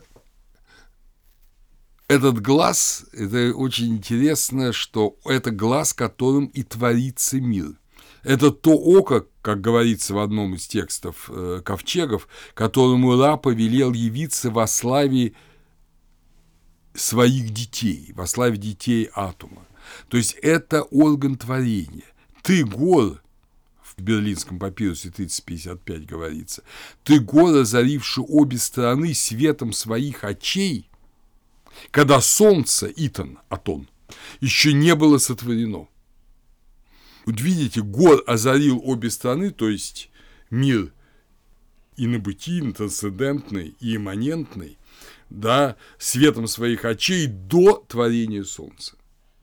этот глаз, это очень интересно, что это глаз, которым и творится мир. Это то око, как говорится в одном из текстов э, ковчегов, которому Ра повелел явиться во славе своих детей, во славе детей Атума. То есть это орган творения. Ты, Гор, в Берлинском папирусе тридцать пятьдесят пять говорится, ты, Гор, озаривший обе стороны светом своих очей, когда солнце, Итан, Атон, еще не было сотворено. Вот видите, Гор озарил обе стороны, то есть мир инобытийный, трансцендентный и имманентный, да, светом своих очей до творения солнца.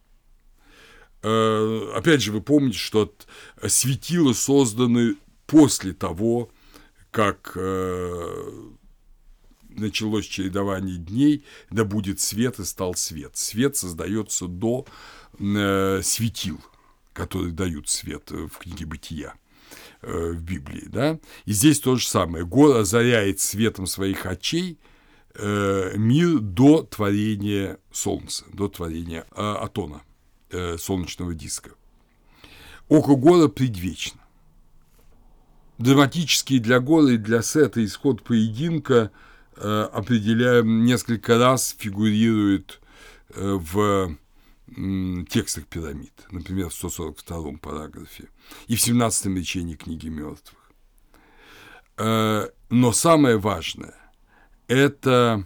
Э, опять же, вы помните, что светила созданы после того, как э, началось чередование дней, да будет свет и стал свет. Свет создается до э, светил, которые дают свет в книге Бытия, э, в Библии. Да? И здесь то же самое. Гор озаряет светом своих очей мир до творения Солнца, до творения Атона, солнечного диска. Око Гора предвечно. Драматический для Гора и для Сета исход поединка, определяем, несколько раз фигурирует в текстах пирамид, например, в сто сорок втором параграфе и в семнадцатом речении книги мертвых. Но самое важное, это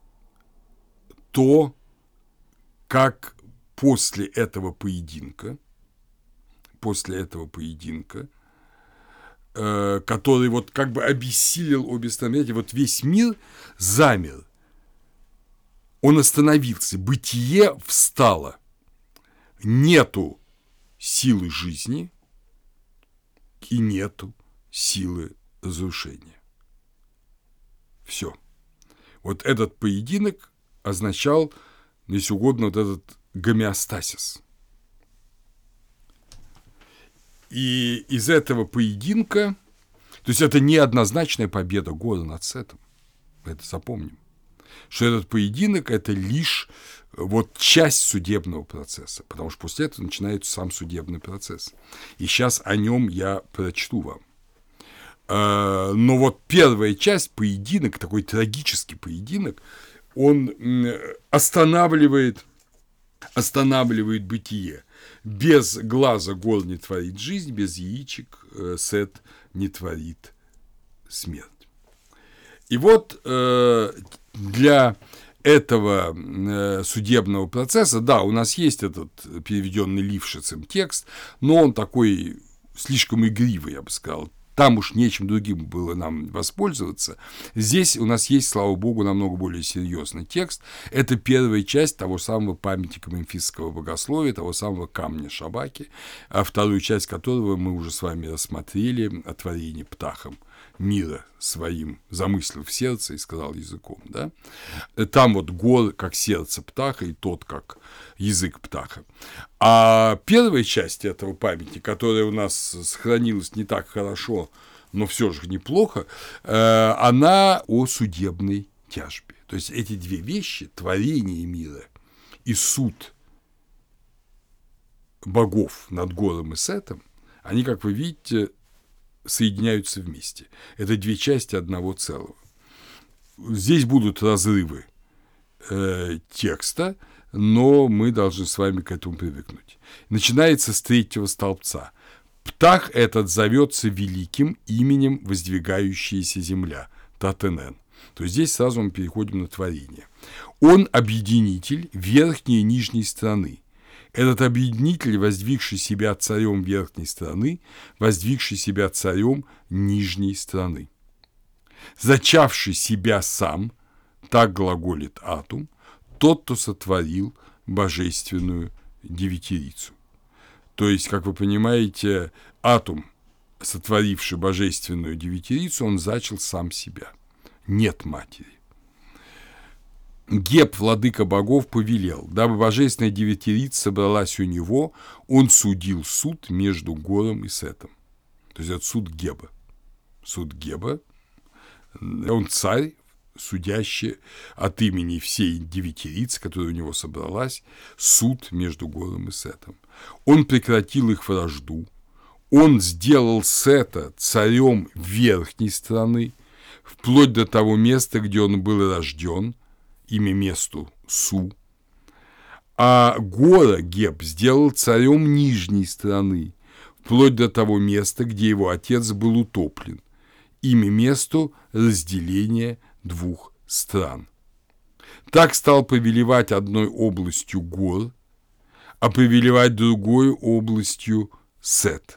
то, как после этого поединка, после этого поединка, э, который вот как бы обессилил обе стороны, вот весь мир замер, он остановился, бытие встало, нету силы жизни и нету силы разрушения. Все. Вот этот поединок означал, если угодно, вот этот гомеостасис. И из этого поединка, то есть это неоднозначная победа Гора над Сетом, это запомним, что этот поединок – это лишь вот часть судебного процесса, потому что после этого начинается сам судебный процесс. И сейчас о нем я прочту вам. Но вот первая часть, поединок, такой трагический поединок, он останавливает, останавливает бытие. Без глаза Гор не творит жизнь, без яичек Сет не творит смерть. И вот для этого судебного процесса, да, у нас есть этот переведенный Лившицем текст, но он такой слишком игривый, я бы сказал. Там уж нечем другим было нам воспользоваться. Здесь у нас есть, слава богу, намного более серьезный текст. Это первая часть того самого памятника мемфисского богословия, того самого камня Шабаки, а вторую часть которого мы уже с вами рассмотрели, о творении птахом мира своим замыслил в сердце и сказал языком. Да? Там вот Гор как сердце птаха и тот как язык птаха. А первая часть этого памятника, которая у нас сохранилась не так хорошо, но все же неплохо, она о судебной тяжбе. То есть эти две вещи, творение мира и суд богов над Гором и Сетом, они, как вы видите, соединяются вместе. Это две части одного целого. Здесь будут разрывы э, текста, но мы должны с вами к этому привыкнуть. Начинается с третьего столбца. «Птах этот зовется великим именем воздвигающаяся земля» Татенен. То есть здесь сразу мы переходим на творение. Он объединитель верхней и нижней страны. Этот объединитель, воздвигший себя царем верхней страны, воздвигший себя царем нижней страны. Зачавший себя сам, так глаголит Атум, тот, кто сотворил божественную девятирицу. То есть, как вы понимаете, Атум, сотворивший божественную девятирицу, он зачал сам себя. Нет матери. Геб, владыка богов, повелел, дабы божественная девятирица собралась у него, он судил суд между Гором и Сетом. То есть это суд Геба. Суд Геба, он царь, судящий от имени всей девятирицы, которая у него собралась, суд между Гором и Сетом. Он прекратил их вражду, он сделал Сета царем верхней страны, вплоть до того места, где он был рожден, имя месту Су, а Гора Геб сделал царем нижней страны, вплоть до того места, где его отец был утоплен, имя месту разделения двух стран. Так стал повелевать одной областью Гор, а повелевать другой областью Сет.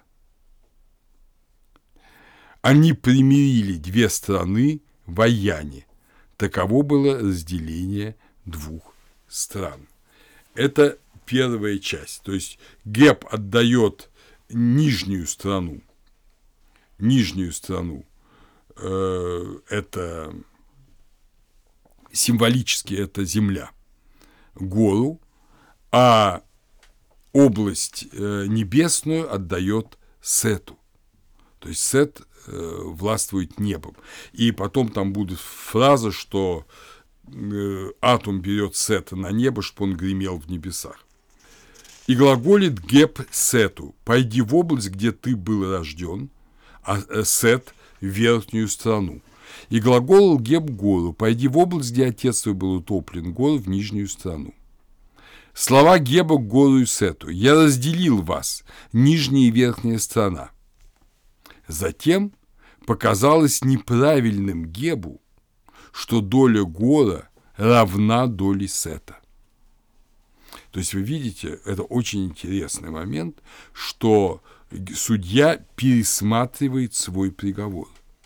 Они примирили две страны в Аяне. Таково было разделение двух стран. Это первая часть. То есть Геб отдает нижнюю страну. Нижнюю страну. Э, это символически это земля. Гору. А область э, небесную отдает Сету. То есть Сет э, властвует небом. И потом там будет фраза, что э, Атум берет Сета на небо, чтобы он гремел в небесах. И глаголит Геб Сету: «Пойди в область, где ты был рожден, а Сет в верхнюю страну». И глаголил Геб Гору: «Пойди в область, где отец твой был утоплен, Гор в нижнюю страну». Слова Геба к Гору и Сету: «Я разделил вас, нижняя и верхняя страна». Затем показалось неправильным Гебу, что доля Гора равна доле Сета. То есть вы видите, это очень интересный момент, что судья пересматривает свой приговор.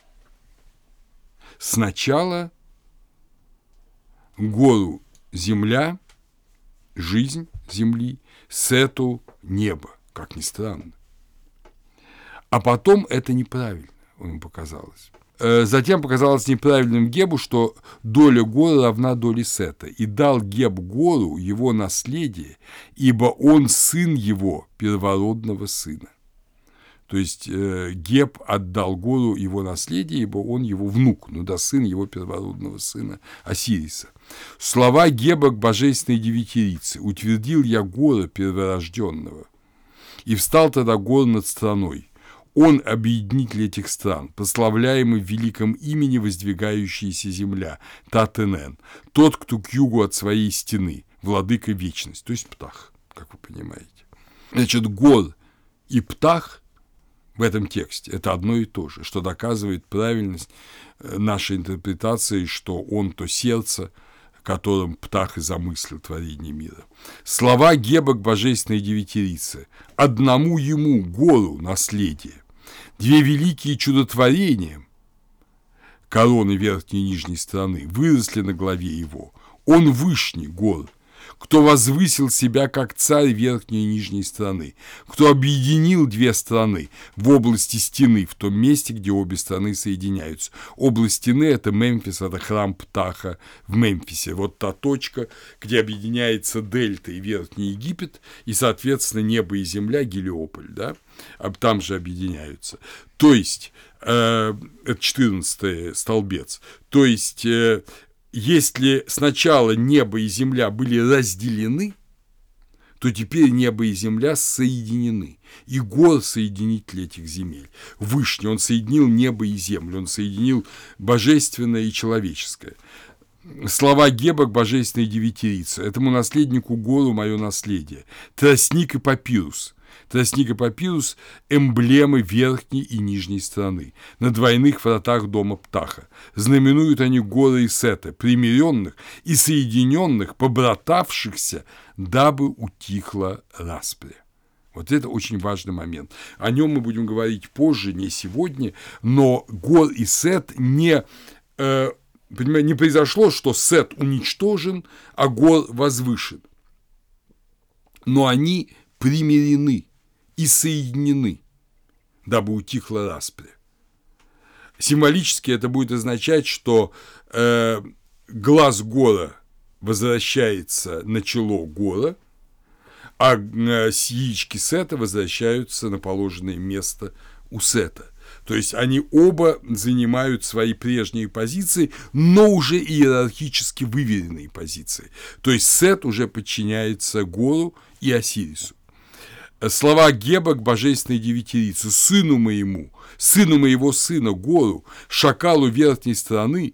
Сначала Гору земля, жизнь земли, Сету небо, как ни странно. А потом это неправильно, ему показалось. Затем показалось неправильным Гебу, что доля Гора равна доле Сета, и дал Геб Гору его наследие, ибо он сын его первородного сына. То есть э, Геб отдал Гору его наследие, ибо он его внук, ну да, сын его первородного сына Осириса. Слова Геба к божественной девятирице: «Утвердил я Гора перворожденного, и встал тогда Гор над страной. Он объединитель этих стран, прославляемый в великом имени воздвигающаяся земля, Татенен, тот, кто к югу от своей стены, владыка вечность», то есть Птах, как вы понимаете. Значит, Гор и Птах в этом тексте – это одно и то же, что доказывает правильность нашей интерпретации, что он то сердце, которым Птах и замыслил творение мира. Слова Геба к божественной девятирице: «Одному ему, Гору, наследие, две великие чудотворения, короны верхней и нижней страны, выросли на главе его. Он вышний, Гор, кто возвысил себя как царь верхней и нижней страны, кто объединил две страны в области стены, в том месте, где обе страны соединяются. Область стены – это Мемфис, это храм Птаха в Мемфисе. Вот та точка, где объединяется Дельта и Верхний Египет, и, соответственно, небо и земля, Гелиополь, да, там же объединяются. То есть, э, это четырнадцатый столбец, то есть, э, если сначала небо и земля были разделены, то теперь небо и земля соединены. И Гор – соединитель этих земель. Вышний, он соединил небо и землю, он соединил божественное и человеческое. Слова Геба к божественной девятирице: «Этому наследнику Гору мое наследие, тростник и папирус». Тростник и папирус – эмблемы верхней и нижней страны, на двойных вратах дома Птаха. Знаменуют они Гора и Сета, примиренных и соединенных, побратавшихся, дабы утихла распря. Вот это очень важный момент. О нем мы будем говорить позже, не сегодня, но Гор и Сет не, э, понимаете, не произошло, что Сет уничтожен, а Гор возвышен. Но они примирены и соединены, дабы утихла распря. Символически это будет означать, что э, глаз Гора возвращается на чело Гора, а э, яички Сета возвращаются на положенное место у Сета. То есть они оба занимают свои прежние позиции, но уже иерархически выверенные позиции. То есть Сет уже подчиняется Гору и Осирису. Слова Геба к божественной девятирице: «Сыну моему, сыну моего сына Гору, шакалу верхней страны»,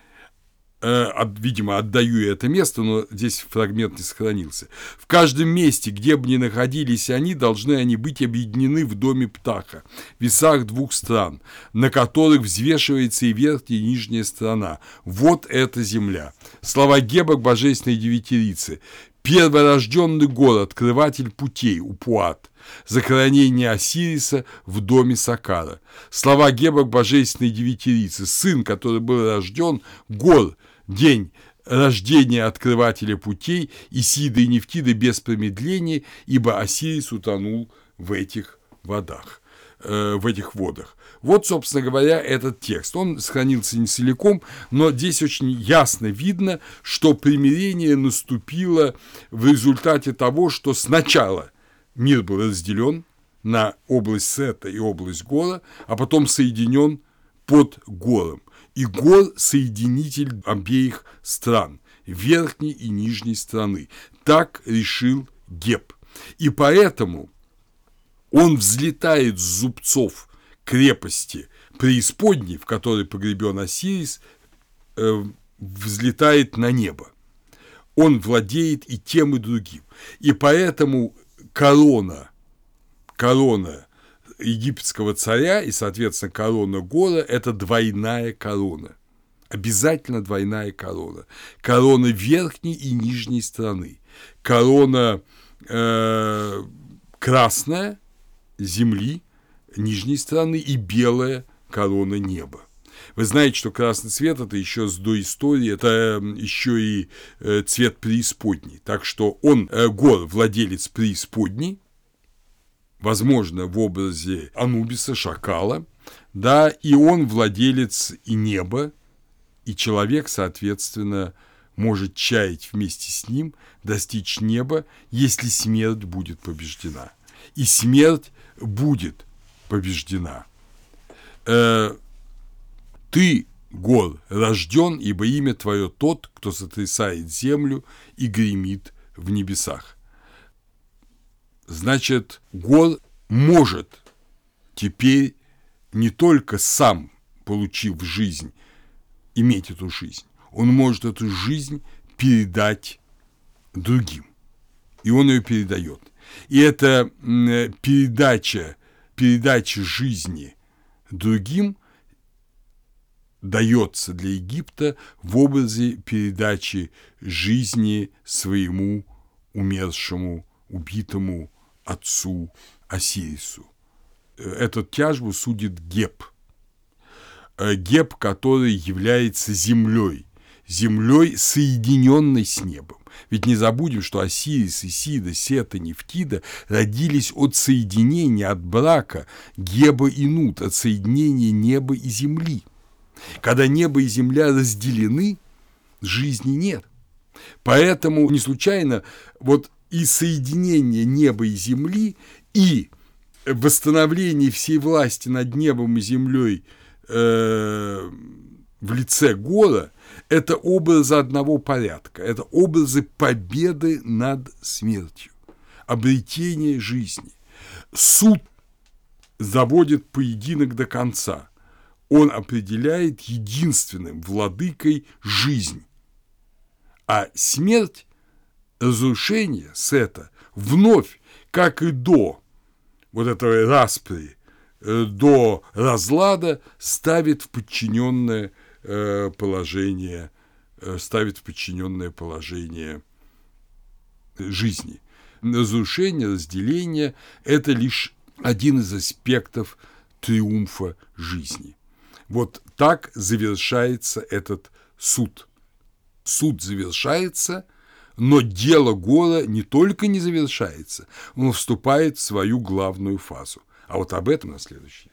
э, от, видимо, отдаю я это место, но здесь фрагмент не сохранился. «В каждом месте, где бы ни находились они, должны они быть объединены в доме Птаха, в весах двух стран, на которых взвешивается и верхняя, и нижняя страна. Вот эта земля». Слова Геба к божественной девятирице: «Перворожденный Гор, открыватель путей, Упуат, захоронение Осириса в доме Сакара». Слова Геба к божественной девятирице: «Сын, который был рожден, Гор, день рождения открывателя путей, Исида и Нефтида без промедления, ибо Осирис утонул в этих водах». в этих водах. Вот, собственно говоря, этот текст. Он сохранился не целиком, но здесь очень ясно видно, что примирение наступило в результате того, что сначала мир был разделен на область Сета и область Гора, а потом соединен под Гором. И Гор – соединитель обеих стран, верхней и нижней страны. Так решил Геб. И поэтому он взлетает с зубцов крепости преисподней, в которой погребен Осирис, э, взлетает на небо. Он владеет и тем, и другим. И поэтому корона, корона египетского царя и, соответственно, корона Гора – это двойная корона. обязательно двойная корона. Корона верхней и нижней стороны. Корона э, красная земли, нижней стороны, и белая корона неба. Вы знаете, что красный цвет – это еще с доистории, это еще и цвет преисподней. Так что он, Гор, владелец преисподней, возможно, в образе Анубиса, шакала, да, и он владелец и неба, и человек, соответственно, может чаять вместе с ним достичь неба, если смерть будет побеждена. И смерть будет побеждена. Э, ты, Гор, рожден, ибо имя твое тот, кто сотрясает землю и гремит в небесах. Значит, Гор может теперь не только сам, получив жизнь, иметь эту жизнь, он может эту жизнь передать другим. И он ее передает. И эта передача, передача жизни другим дается для Египта в образе передачи жизни своему умершему, убитому отцу Осирису. Эту тяжбу судит Геб. Геб, который является землей, землей, соединенной с небом. Ведь не забудем, что Осирис, Исида, Сет и Нефтида родились от соединения, от брака Геба и Нут, от соединения неба и земли. Когда небо и земля разделены, жизни нет. Поэтому не случайно вот и соединение неба и земли, и восстановление всей власти над небом и землей э, в лице Гора – это образы одного порядка, это образы победы над смертью, обретения жизни. Суд заводит поединок до конца. Он определяет единственным владыкой жизнь. А смерть, разрушение Сета вновь, как и до вот этого распри, до разлада, ставит в подчиненное положение, ставит в подчиненное положение жизни. Разрушение, разделение – это лишь один из аспектов триумфа жизни. Вот так завершается этот суд. Суд завершается, но дело Гора не только не завершается, он вступает в свою главную фазу. А вот об этом на следующий.